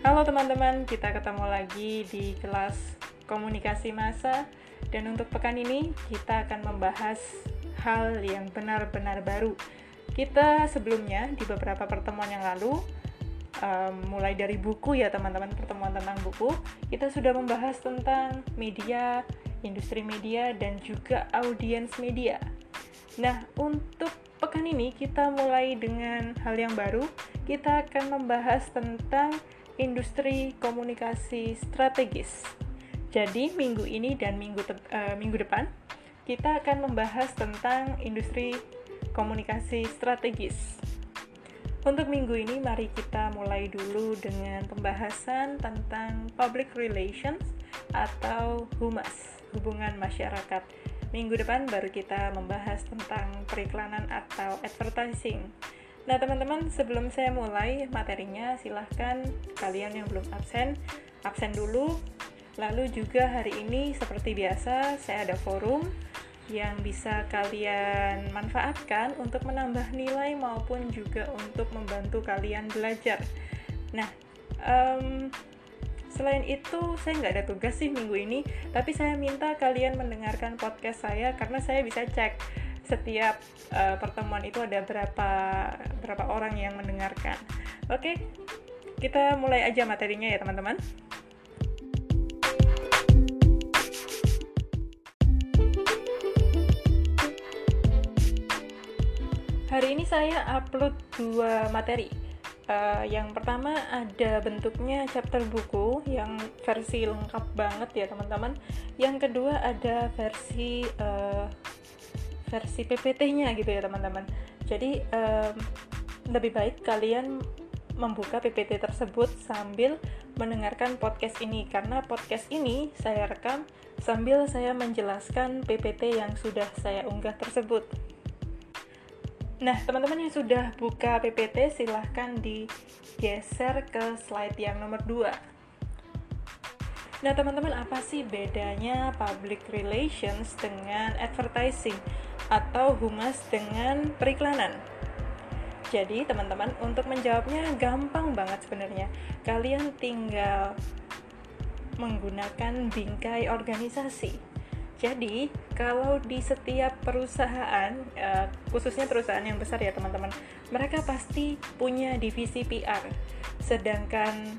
Halo teman-teman, kita ketemu lagi di kelas komunikasi massa. Dan untuk pekan ini kita akan membahas hal yang benar-benar baru. Kita sebelumnya di beberapa pertemuan yang lalu, mulai dari buku ya teman-teman, pertemuan tentang buku, kita sudah membahas tentang media, industri media, dan juga audiens media. Nah, untuk pekan ini kita mulai dengan hal yang baru. Kita akan membahas tentang industri komunikasi strategis. Jadi minggu ini dan minggu depan kita akan membahas tentang industri komunikasi strategis. Untuk minggu ini mari kita mulai dulu dengan pembahasan tentang public relations atau humas, hubungan masyarakat. Minggu depan baru kita membahas tentang periklanan atau advertising. Nah teman-teman, sebelum saya mulai materinya, silahkan kalian yang belum absen dulu. Lalu juga hari ini seperti biasa saya ada forum yang bisa kalian manfaatkan untuk menambah nilai maupun juga untuk membantu kalian belajar. Nah, selain itu saya nggak ada tugas sih minggu ini, tapi saya minta kalian mendengarkan podcast saya karena saya bisa cek setiap pertemuan itu ada berapa orang yang mendengarkan. Oke, kita mulai aja materinya ya teman-teman. Hari ini saya upload 2 materi. Yang pertama ada bentuknya chapter buku yang versi lengkap banget ya teman-teman. Yang kedua ada versi PPT-nya gitu ya teman-teman. Jadi lebih baik kalian membuka PPT tersebut sambil mendengarkan podcast ini, karena podcast ini saya rekam sambil saya menjelaskan PPT yang sudah saya unggah tersebut. Nah, teman-teman yang sudah buka PPT, silahkan digeser ke slide yang nomor 2. Nah, teman-teman, apa sih bedanya public relations dengan advertising atau humas dengan periklanan? Jadi, teman-teman, untuk menjawabnya gampang banget sebenarnya. Kalian tinggal menggunakan bingkai organisasi. Jadi, kalau di setiap perusahaan, khususnya perusahaan yang besar ya teman-teman, mereka pasti punya divisi PR. Sedangkan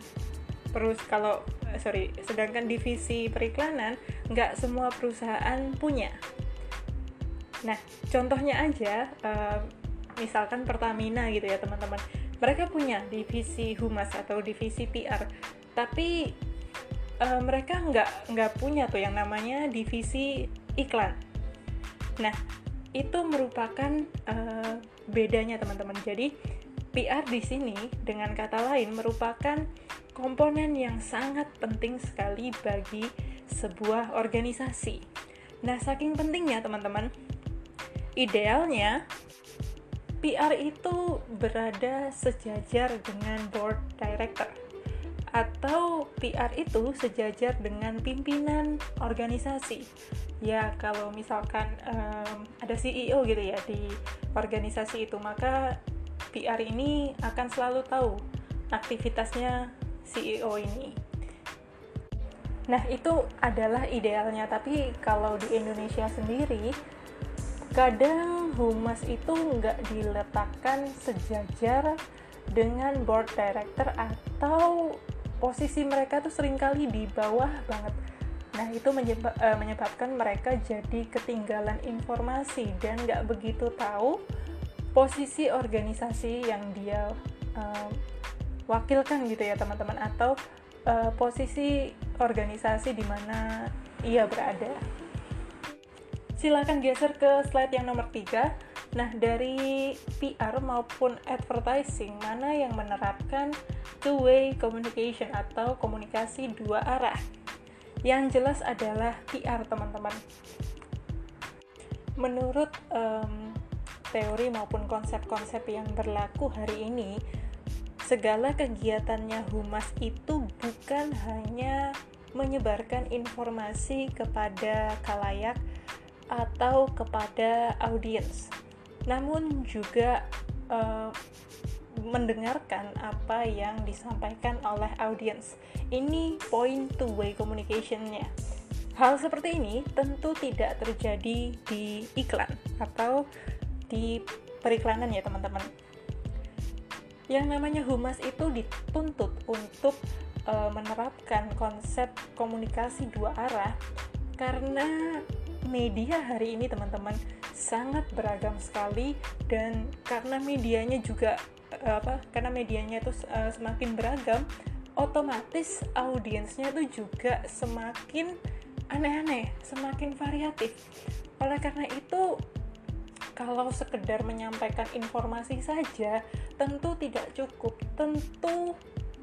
divisi periklanan, nggak semua perusahaan punya. Nah, contohnya aja, misalkan Pertamina gitu ya teman-teman, mereka punya divisi humas atau divisi PR, tapi mereka nggak punya tuh yang namanya divisi iklan. Nah, itu merupakan bedanya teman-teman. Jadi PR di sini dengan kata lain merupakan komponen yang sangat penting sekali bagi sebuah organisasi. Nah, saking pentingnya teman-teman, idealnya PR itu berada sejajar dengan board director, atau PR itu sejajar dengan pimpinan organisasi. Ya, kalau misalkan ada CEO gitu ya di organisasi itu, maka PR ini akan selalu tahu aktivitasnya CEO ini. Nah, itu adalah idealnya, tapi kalau di Indonesia sendiri, kadang humas itu nggak diletakkan sejajar dengan board director, atau posisi mereka tuh seringkali di bawah banget. Nah, itu menyebabkan mereka jadi ketinggalan informasi dan nggak begitu tahu posisi organisasi yang dia wakilkan gitu ya teman-teman, atau posisi organisasi di mana ia berada. Silakan geser ke slide yang nomor 3. Nah, dari PR maupun advertising, mana yang menerapkan two-way communication atau komunikasi dua arah? Yang jelas adalah PR, teman-teman. Menurut teori maupun konsep-konsep yang berlaku hari ini, segala kegiatannya humas itu bukan hanya menyebarkan informasi kepada khalayak atau kepada audiens, namun juga mendengarkan apa yang disampaikan oleh audiens. Ini point to way communication-nya. Hal seperti ini tentu tidak terjadi di iklan atau di periklanan ya teman-teman. Yang namanya humas itu dituntut untuk menerapkan konsep komunikasi dua arah karena media hari ini teman-teman sangat beragam sekali, dan karena medianya juga itu semakin beragam, otomatis audiensnya itu juga semakin aneh-aneh, semakin variatif. Oleh karena itu, kalau sekedar menyampaikan informasi saja tentu tidak cukup, tentu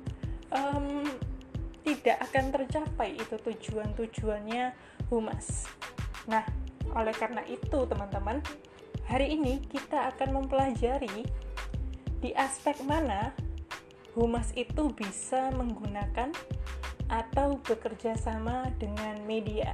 tidak akan tercapai itu tujuannya humas. Nah, oleh karena itu teman-teman, hari ini kita akan mempelajari di aspek mana humas itu bisa menggunakan atau bekerja sama dengan media.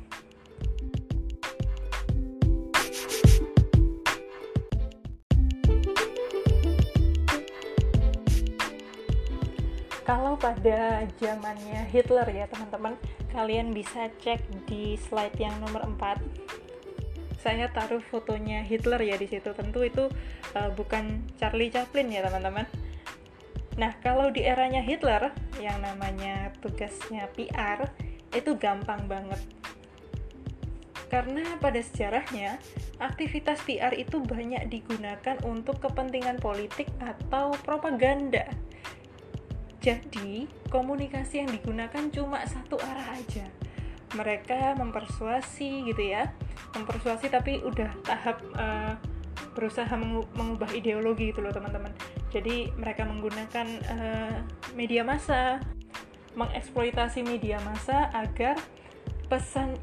Kalau pada zamannya Hitler ya teman-teman, kalian bisa cek di slide yang nomor 4. Saya taruh fotonya Hitler ya di situ. Tentu itu bukan Charlie Chaplin ya teman-teman. Nah, kalau di eranya Hitler yang namanya tugasnya PR itu gampang banget. Karena pada sejarahnya aktivitas PR itu banyak digunakan untuk kepentingan politik atau propaganda. Jadi, komunikasi yang digunakan cuma satu arah aja. Mereka mempersuasi gitu ya. Mempersuasi tapi udah tahap berusaha mengubah ideologi gitu loh teman-teman. Jadi, mereka menggunakan media massa, mengeksploitasi media massa agar pesan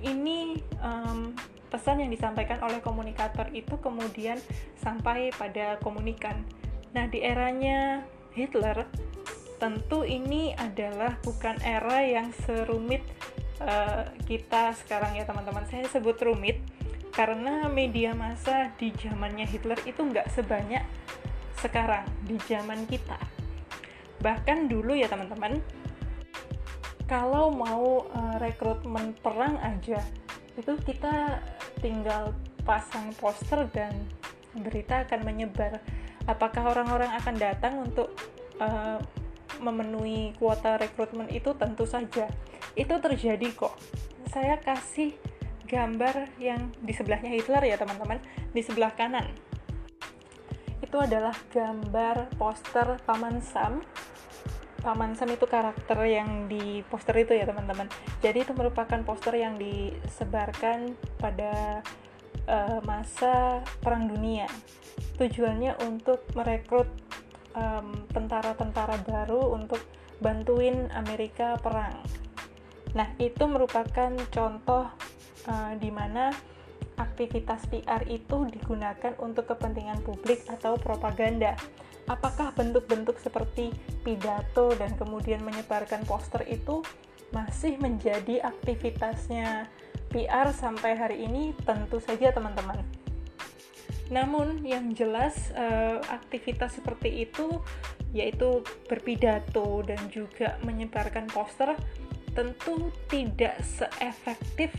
yang disampaikan oleh komunikator itu kemudian sampai pada komunikan. Nah, di eranya Hitler, tentu ini adalah bukan era yang serumit kita sekarang ya teman-teman. Saya sebut rumit karena media massa di zamannya Hitler itu nggak sebanyak sekarang di zaman kita. Bahkan dulu ya teman-teman, kalau mau rekrutmen perang aja, itu kita tinggal pasang poster dan berita akan menyebar. Apakah orang-orang akan datang untuk memenuhi kuota rekrutmen itu? Tentu saja itu terjadi kok. Saya kasih gambar yang di sebelahnya Hitler ya teman-teman. Di sebelah kanan itu adalah gambar poster Paman Sam. Paman Sam itu karakter yang di poster itu ya teman-teman. Jadi itu merupakan poster yang disebarkan pada masa Perang Dunia. Tujuannya untuk merekrut tentara-tentara baru untuk bantuin Amerika perang. Nah, itu merupakan contoh di mana aktivitas PR itu digunakan untuk kepentingan publik atau propaganda. Apakah bentuk-bentuk seperti pidato dan kemudian menyebarkan poster itu masih menjadi aktivitasnya PR sampai hari ini? Tentu saja teman-teman. Namun yang jelas aktivitas seperti itu, yaitu berpidato dan juga menyebarkan poster, tentu tidak seefektif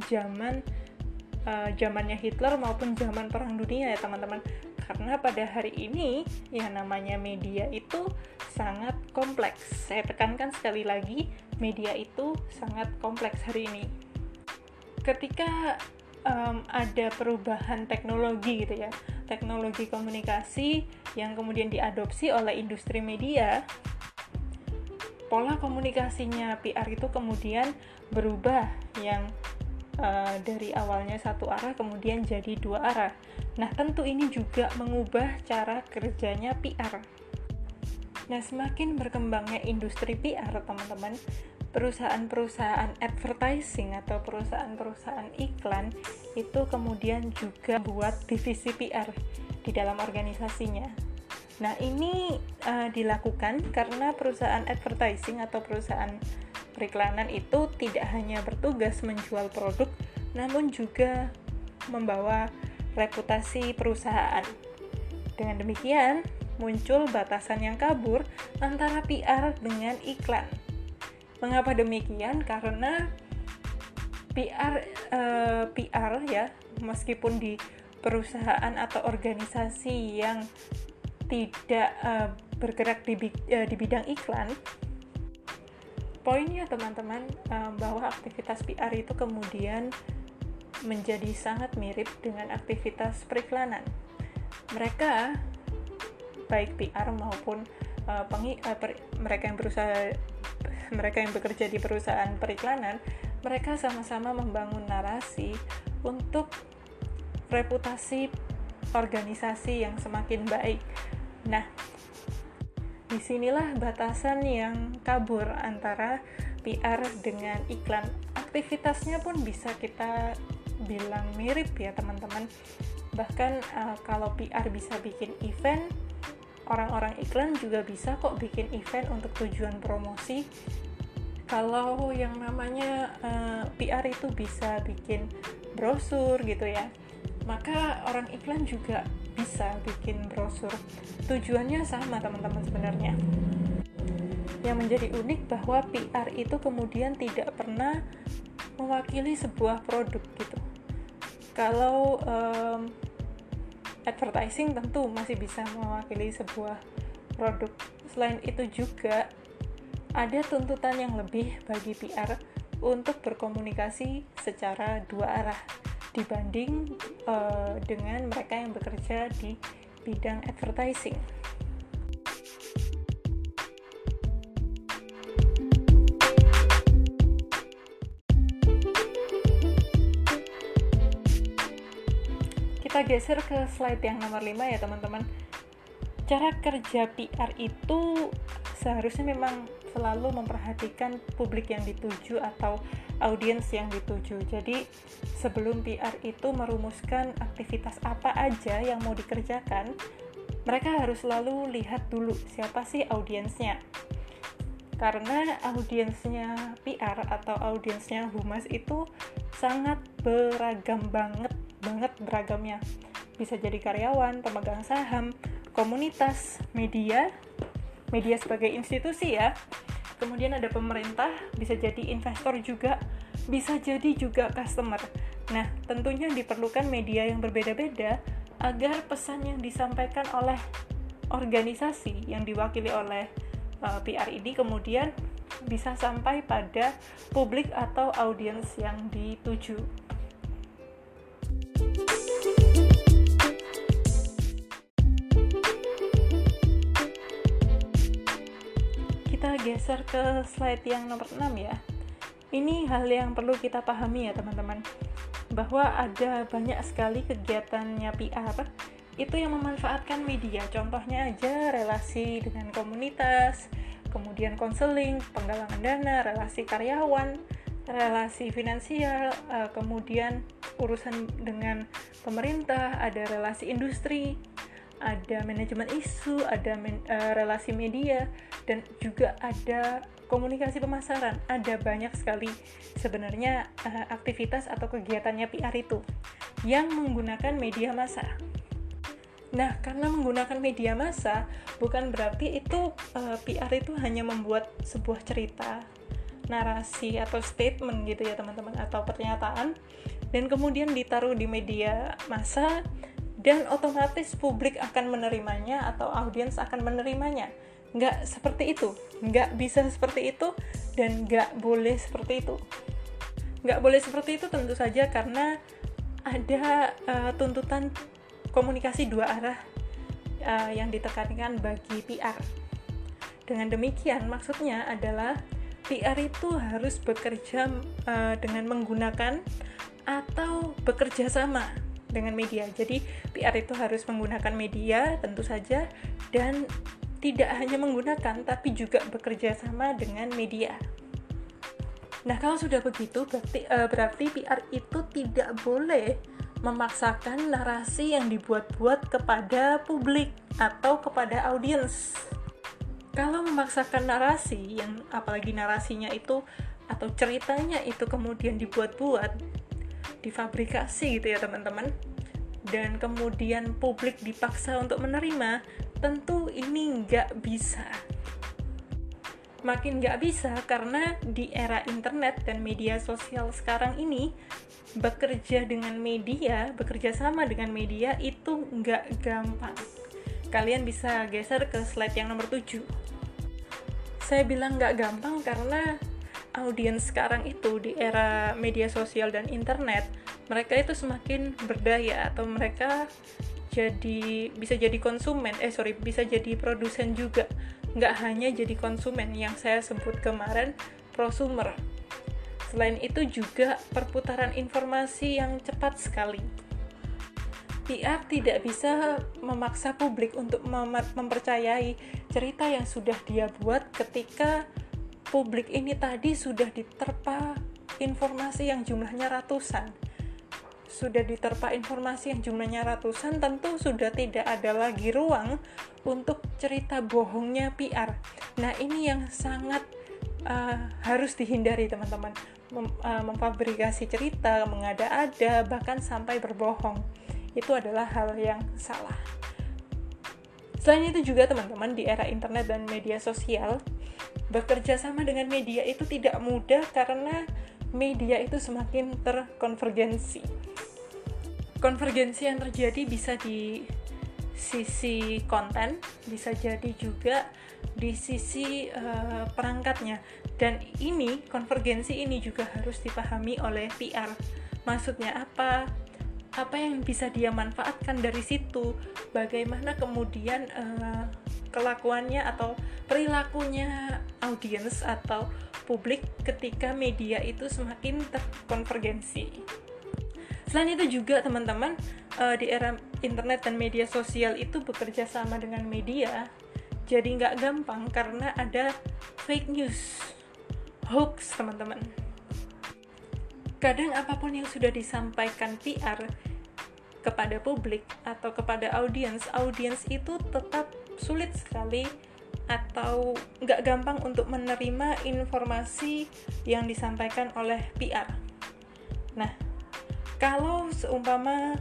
zamannya Hitler maupun zaman Perang Dunia ya teman-teman. Karena pada hari ini yang namanya media itu sangat kompleks. Saya tekankan sekali lagi, media itu sangat kompleks hari ini. Ketika ada perubahan teknologi gitu ya, teknologi komunikasi yang kemudian diadopsi oleh industri media, pola komunikasinya PR itu kemudian berubah, yang dari awalnya satu arah kemudian jadi dua arah. Nah, tentu ini juga mengubah cara kerjanya PR. Nah, semakin berkembangnya industri PR teman-teman, perusahaan-perusahaan advertising atau perusahaan-perusahaan iklan itu kemudian juga buat divisi PR di dalam organisasinya. Nah, ini dilakukan karena perusahaan advertising atau perusahaan periklanan itu tidak hanya bertugas menjual produk, namun juga membawa reputasi perusahaan. Dengan demikian, muncul batasan yang kabur antara PR dengan iklan. Mengapa demikian? Karena PR ya, meskipun di perusahaan atau organisasi yang tidak bergerak di bidang iklan, poinnya teman-teman, bahwa aktivitas PR itu kemudian menjadi sangat mirip dengan aktivitas periklanan. Mereka, baik PR maupun mereka yang bekerja di perusahaan periklanan, mereka sama-sama membangun narasi untuk reputasi organisasi yang semakin baik. Nah, disinilah batasan yang kabur antara PR dengan iklan. Aktivitasnya pun bisa kita bilang mirip ya teman-teman. Bahkan kalau PR bisa bikin event, orang-orang iklan juga bisa kok bikin event untuk tujuan promosi. Kalau yang namanya PR itu bisa bikin brosur gitu ya, maka orang iklan juga bisa bikin brosur. Tujuannya sama teman-teman sebenarnya. Yang menjadi unik bahwa PR itu kemudian tidak pernah mewakili sebuah produk gitu. Kalau advertising tentu masih bisa mewakili sebuah produk. Selain itu juga ada tuntutan yang lebih bagi PR untuk berkomunikasi secara dua arah dibanding dengan mereka yang bekerja di bidang advertising. Kita geser ke slide yang nomor 5 ya teman-teman. Cara kerja PR itu seharusnya memang selalu memperhatikan publik yang dituju atau audiens yang dituju. Jadi sebelum PR itu merumuskan aktivitas apa aja yang mau dikerjakan, mereka harus selalu lihat dulu siapa sih audiensnya. Karena audiensnya PR atau audiensnya humas itu sangat beragam banget beragamnya. Bisa jadi karyawan, pemegang saham, komunitas, media sebagai institusi ya. Kemudian ada pemerintah, bisa jadi investor juga, bisa jadi juga customer. Nah, tentunya diperlukan media yang berbeda-beda agar pesan yang disampaikan oleh organisasi yang diwakili oleh PR ini kemudian bisa sampai pada publik atau audiens yang dituju. Kita geser ke slide yang nomor 6 ya. Ini hal yang perlu kita pahami ya teman-teman, bahwa ada banyak sekali kegiatannya PR itu yang memanfaatkan media. Contohnya aja relasi dengan komunitas, kemudian konseling, penggalangan dana, relasi karyawan, relasi finansial, kemudian urusan dengan pemerintah, ada relasi industri, ada manajemen isu, ada relasi media, dan juga ada komunikasi pemasaran. Ada banyak sekali sebenarnya aktivitas atau kegiatannya PR itu yang menggunakan media massa. Nah, karena menggunakan media massa bukan berarti itu PR itu hanya membuat sebuah cerita, narasi atau statement gitu ya teman-teman, atau pernyataan dan kemudian ditaruh di media massa dan otomatis publik akan menerimanya atau audiens akan menerimanya. Nggak seperti itu, nggak bisa seperti itu, dan nggak boleh seperti itu. Nggak boleh seperti itu tentu saja karena ada tuntutan komunikasi dua arah yang ditekankan bagi PR. Dengan demikian maksudnya adalah PR itu harus bekerja dengan menggunakan atau bekerja sama dengan media. Jadi PR itu harus menggunakan media tentu saja, dan tidak hanya menggunakan tapi juga bekerja sama dengan media. Nah, kalau sudah begitu berarti PR itu tidak boleh memaksakan narasi yang dibuat-buat kepada publik atau kepada audiens. Kalau memaksakan narasi yang apalagi narasinya itu atau ceritanya itu kemudian dibuat-buat, difabrikasi gitu ya teman-teman, dan kemudian publik dipaksa untuk menerima, Tentu ini nggak bisa. Makin nggak bisa karena di era internet dan media sosial sekarang ini, bekerja sama dengan media itu nggak gampang. Kalian bisa geser ke slide yang nomor 7. Saya bilang nggak gampang karena audiens sekarang itu di era media sosial dan internet, mereka itu semakin berdaya atau mereka bisa jadi produsen juga. Nggak hanya jadi konsumen yang saya sebut kemarin, prosumer. Selain itu juga perputaran informasi yang cepat sekali. PR tidak bisa memaksa publik untuk mempercayai cerita yang sudah dia buat ketika publik ini tadi sudah diterpa informasi yang jumlahnya ratusan. Tentu sudah tidak ada lagi ruang untuk cerita bohongnya PR. Nah, ini yang sangat harus dihindari, teman-teman. Memfabrikasi cerita, mengada-ada, bahkan sampai berbohong. Itu adalah hal yang salah. Selain itu juga, teman-teman, di era internet dan media sosial, bekerja sama dengan media itu tidak mudah karena media itu semakin terkonvergensi. Konvergensi yang terjadi bisa di sisi konten, bisa jadi juga di sisi perangkatnya. Dan konvergensi ini juga harus dipahami oleh PR. Maksudnya apa yang bisa dia manfaatkan dari situ, bagaimana kemudian kelakuannya atau perilakunya audiens atau publik ketika media itu semakin terkonvergensi. Selain itu juga, teman-teman, di era internet dan media sosial itu bekerja sama dengan media jadi nggak gampang karena ada fake news, hoax, teman-teman. Kadang apapun yang sudah disampaikan PR kepada publik atau kepada audiens itu tetap sulit sekali atau nggak gampang untuk menerima informasi yang disampaikan oleh PR. Nah, kalau seumpama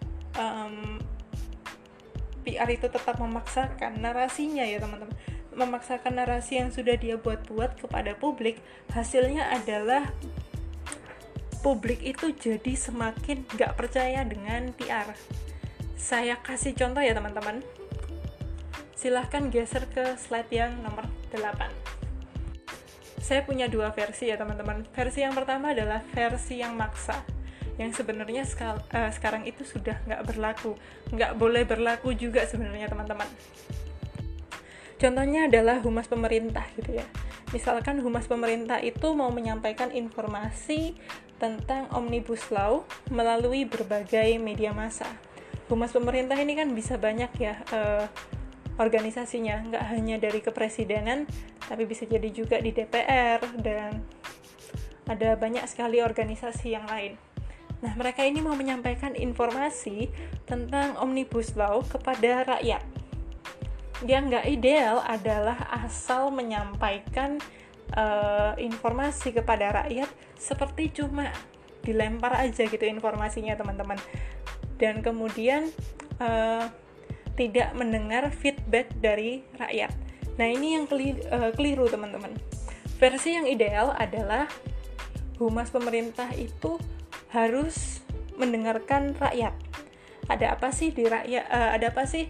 PR itu tetap memaksakan narasinya ya, teman-teman, memaksakan narasi yang sudah dia buat-buat kepada publik, hasilnya adalah publik itu jadi semakin nggak percaya dengan PR. Saya kasih contoh ya, teman-teman. Silahkan geser ke slide yang nomor 8. Saya punya 2 versi ya, teman-teman. Versi yang pertama adalah versi yang maksa, yang sebenarnya sekarang itu sudah nggak boleh berlaku juga sebenarnya, teman-teman. Contohnya adalah humas pemerintah gitu ya. Misalkan humas pemerintah itu mau menyampaikan informasi tentang Omnibus Law melalui berbagai media massa. Humas pemerintah ini kan bisa banyak ya organisasinya, nggak hanya dari kepresidenan, tapi bisa jadi juga di DPR, dan ada banyak sekali organisasi yang lain. Nah, mereka ini mau menyampaikan informasi tentang Omnibus Law kepada rakyat. Yang nggak ideal adalah asal menyampaikan informasi kepada rakyat seperti cuma dilempar aja gitu informasinya, teman-teman. Dan kemudian tidak mendengar feedback dari rakyat. Nah, ini yang keliru, teman-teman. Versi yang ideal adalah humas pemerintah itu harus mendengarkan rakyat. Ada apa sih di rakyat? Ada apa sih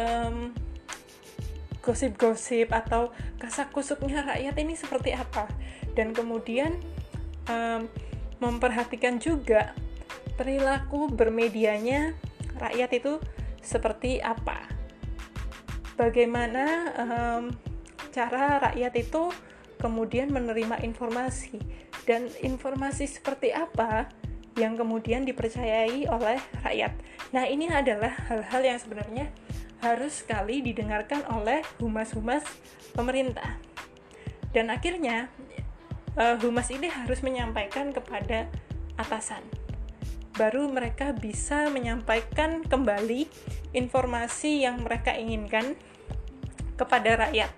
gosip-gosip atau kasak-kusuknya rakyat ini seperti apa? Dan kemudian memperhatikan juga perilaku bermedianya rakyat itu seperti apa. Bagaimana cara rakyat itu kemudian menerima informasi, dan informasi seperti apa yang kemudian dipercayai oleh rakyat. Nah, ini adalah hal-hal yang sebenarnya harus sekali didengarkan oleh humas-humas pemerintah. Dan akhirnya humas ini harus menyampaikan kepada atasan. Baru mereka bisa menyampaikan kembali informasi yang mereka inginkan kepada rakyat.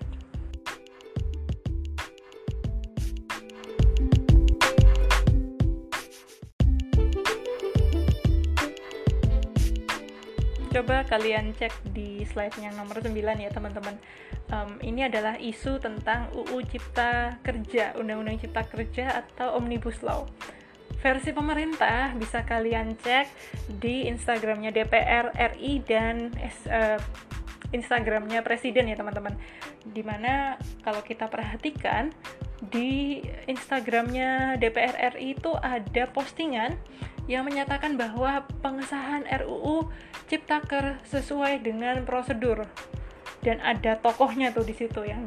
Coba kalian cek di slide yang nomor 9 ya teman-teman. Ini adalah isu tentang UU Cipta Kerja, Undang-Undang Cipta Kerja atau Omnibus Law. Versi pemerintah bisa kalian cek di Instagramnya DPR RI dan Instagramnya Presiden ya teman-teman. Dimana kalau kita perhatikan di Instagramnya DPR RI itu ada postingan yang menyatakan bahwa pengesahan RUU Ciptaker sesuai dengan prosedur, dan ada tokohnya tuh di situ yang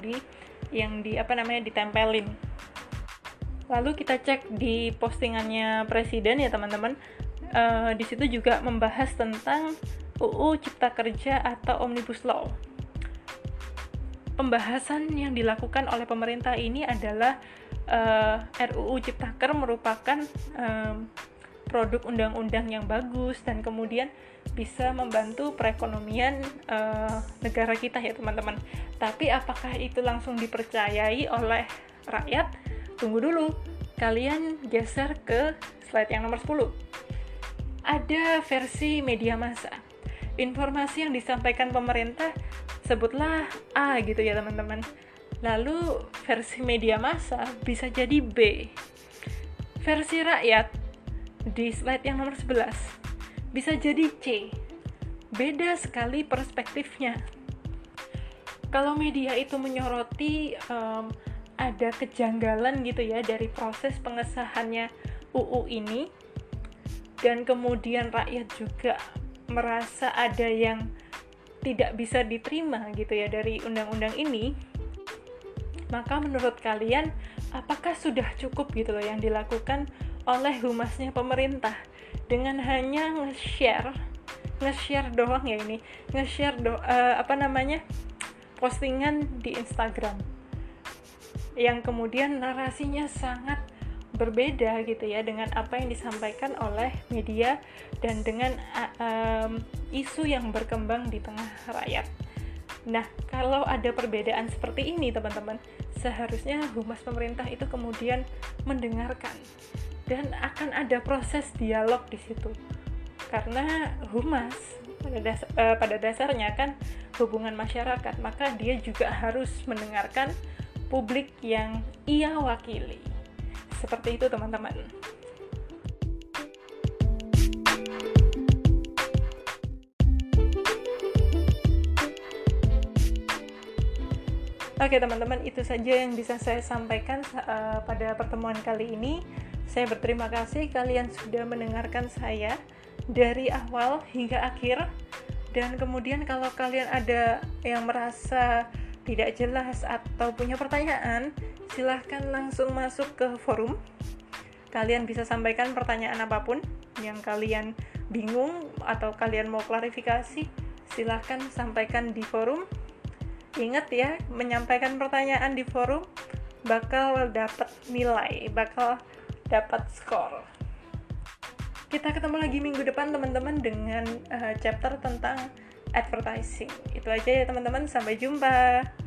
ditempelin. Lalu kita cek di postingannya Presiden ya teman-teman. Di situ juga membahas tentang UU Cipta Kerja atau Omnibus Law. Pembahasan yang dilakukan oleh pemerintah ini adalah RUU Ciptaker merupakan produk undang-undang yang bagus dan kemudian bisa membantu perekonomian negara kita ya teman-teman. Tapi apakah itu langsung dipercayai oleh rakyat? Tunggu dulu, kalian geser ke slide yang nomor 10. Ada versi media massa. Informasi yang disampaikan pemerintah sebutlah A gitu ya teman-teman. Lalu versi media massa bisa jadi B. Versi rakyat di slide yang nomor 11 bisa jadi C. Beda sekali perspektifnya. Kalau media itu menyoroti ada kejanggalan gitu ya dari proses pengesahannya UU ini, dan kemudian rakyat juga merasa ada yang tidak bisa diterima gitu ya dari undang-undang ini, maka menurut kalian apakah sudah cukup gitu loh yang dilakukan oleh humasnya pemerintah dengan hanya nge-share doang ya ini, postingan di Instagram yang kemudian narasinya sangat berbeda gitu ya dengan apa yang disampaikan oleh media dan dengan isu yang berkembang di tengah rakyat. Nah, kalau ada perbedaan seperti ini teman-teman, seharusnya humas pemerintah itu kemudian mendengarkan dan akan ada proses dialog di situ. Karena humas pada dasarnya kan hubungan masyarakat, maka dia juga harus mendengarkan publik yang ia wakili. Seperti itu teman-teman. Oke teman-teman, itu saja yang bisa saya sampaikan pada pertemuan kali ini. Saya berterima kasih kalian sudah mendengarkan saya dari awal hingga akhir. Dan kemudian kalau kalian ada yang merasa tidak jelas atau punya pertanyaan, silahkan langsung masuk ke forum. Kalian bisa sampaikan pertanyaan apapun yang kalian bingung atau kalian mau klarifikasi, silahkan sampaikan di forum. Ingat ya, menyampaikan pertanyaan di forum bakal dapat nilai, bakal dapat skor. Kita ketemu lagi minggu depan teman-teman dengan chapter tentang advertising. Itu aja ya teman-teman, sampai jumpa.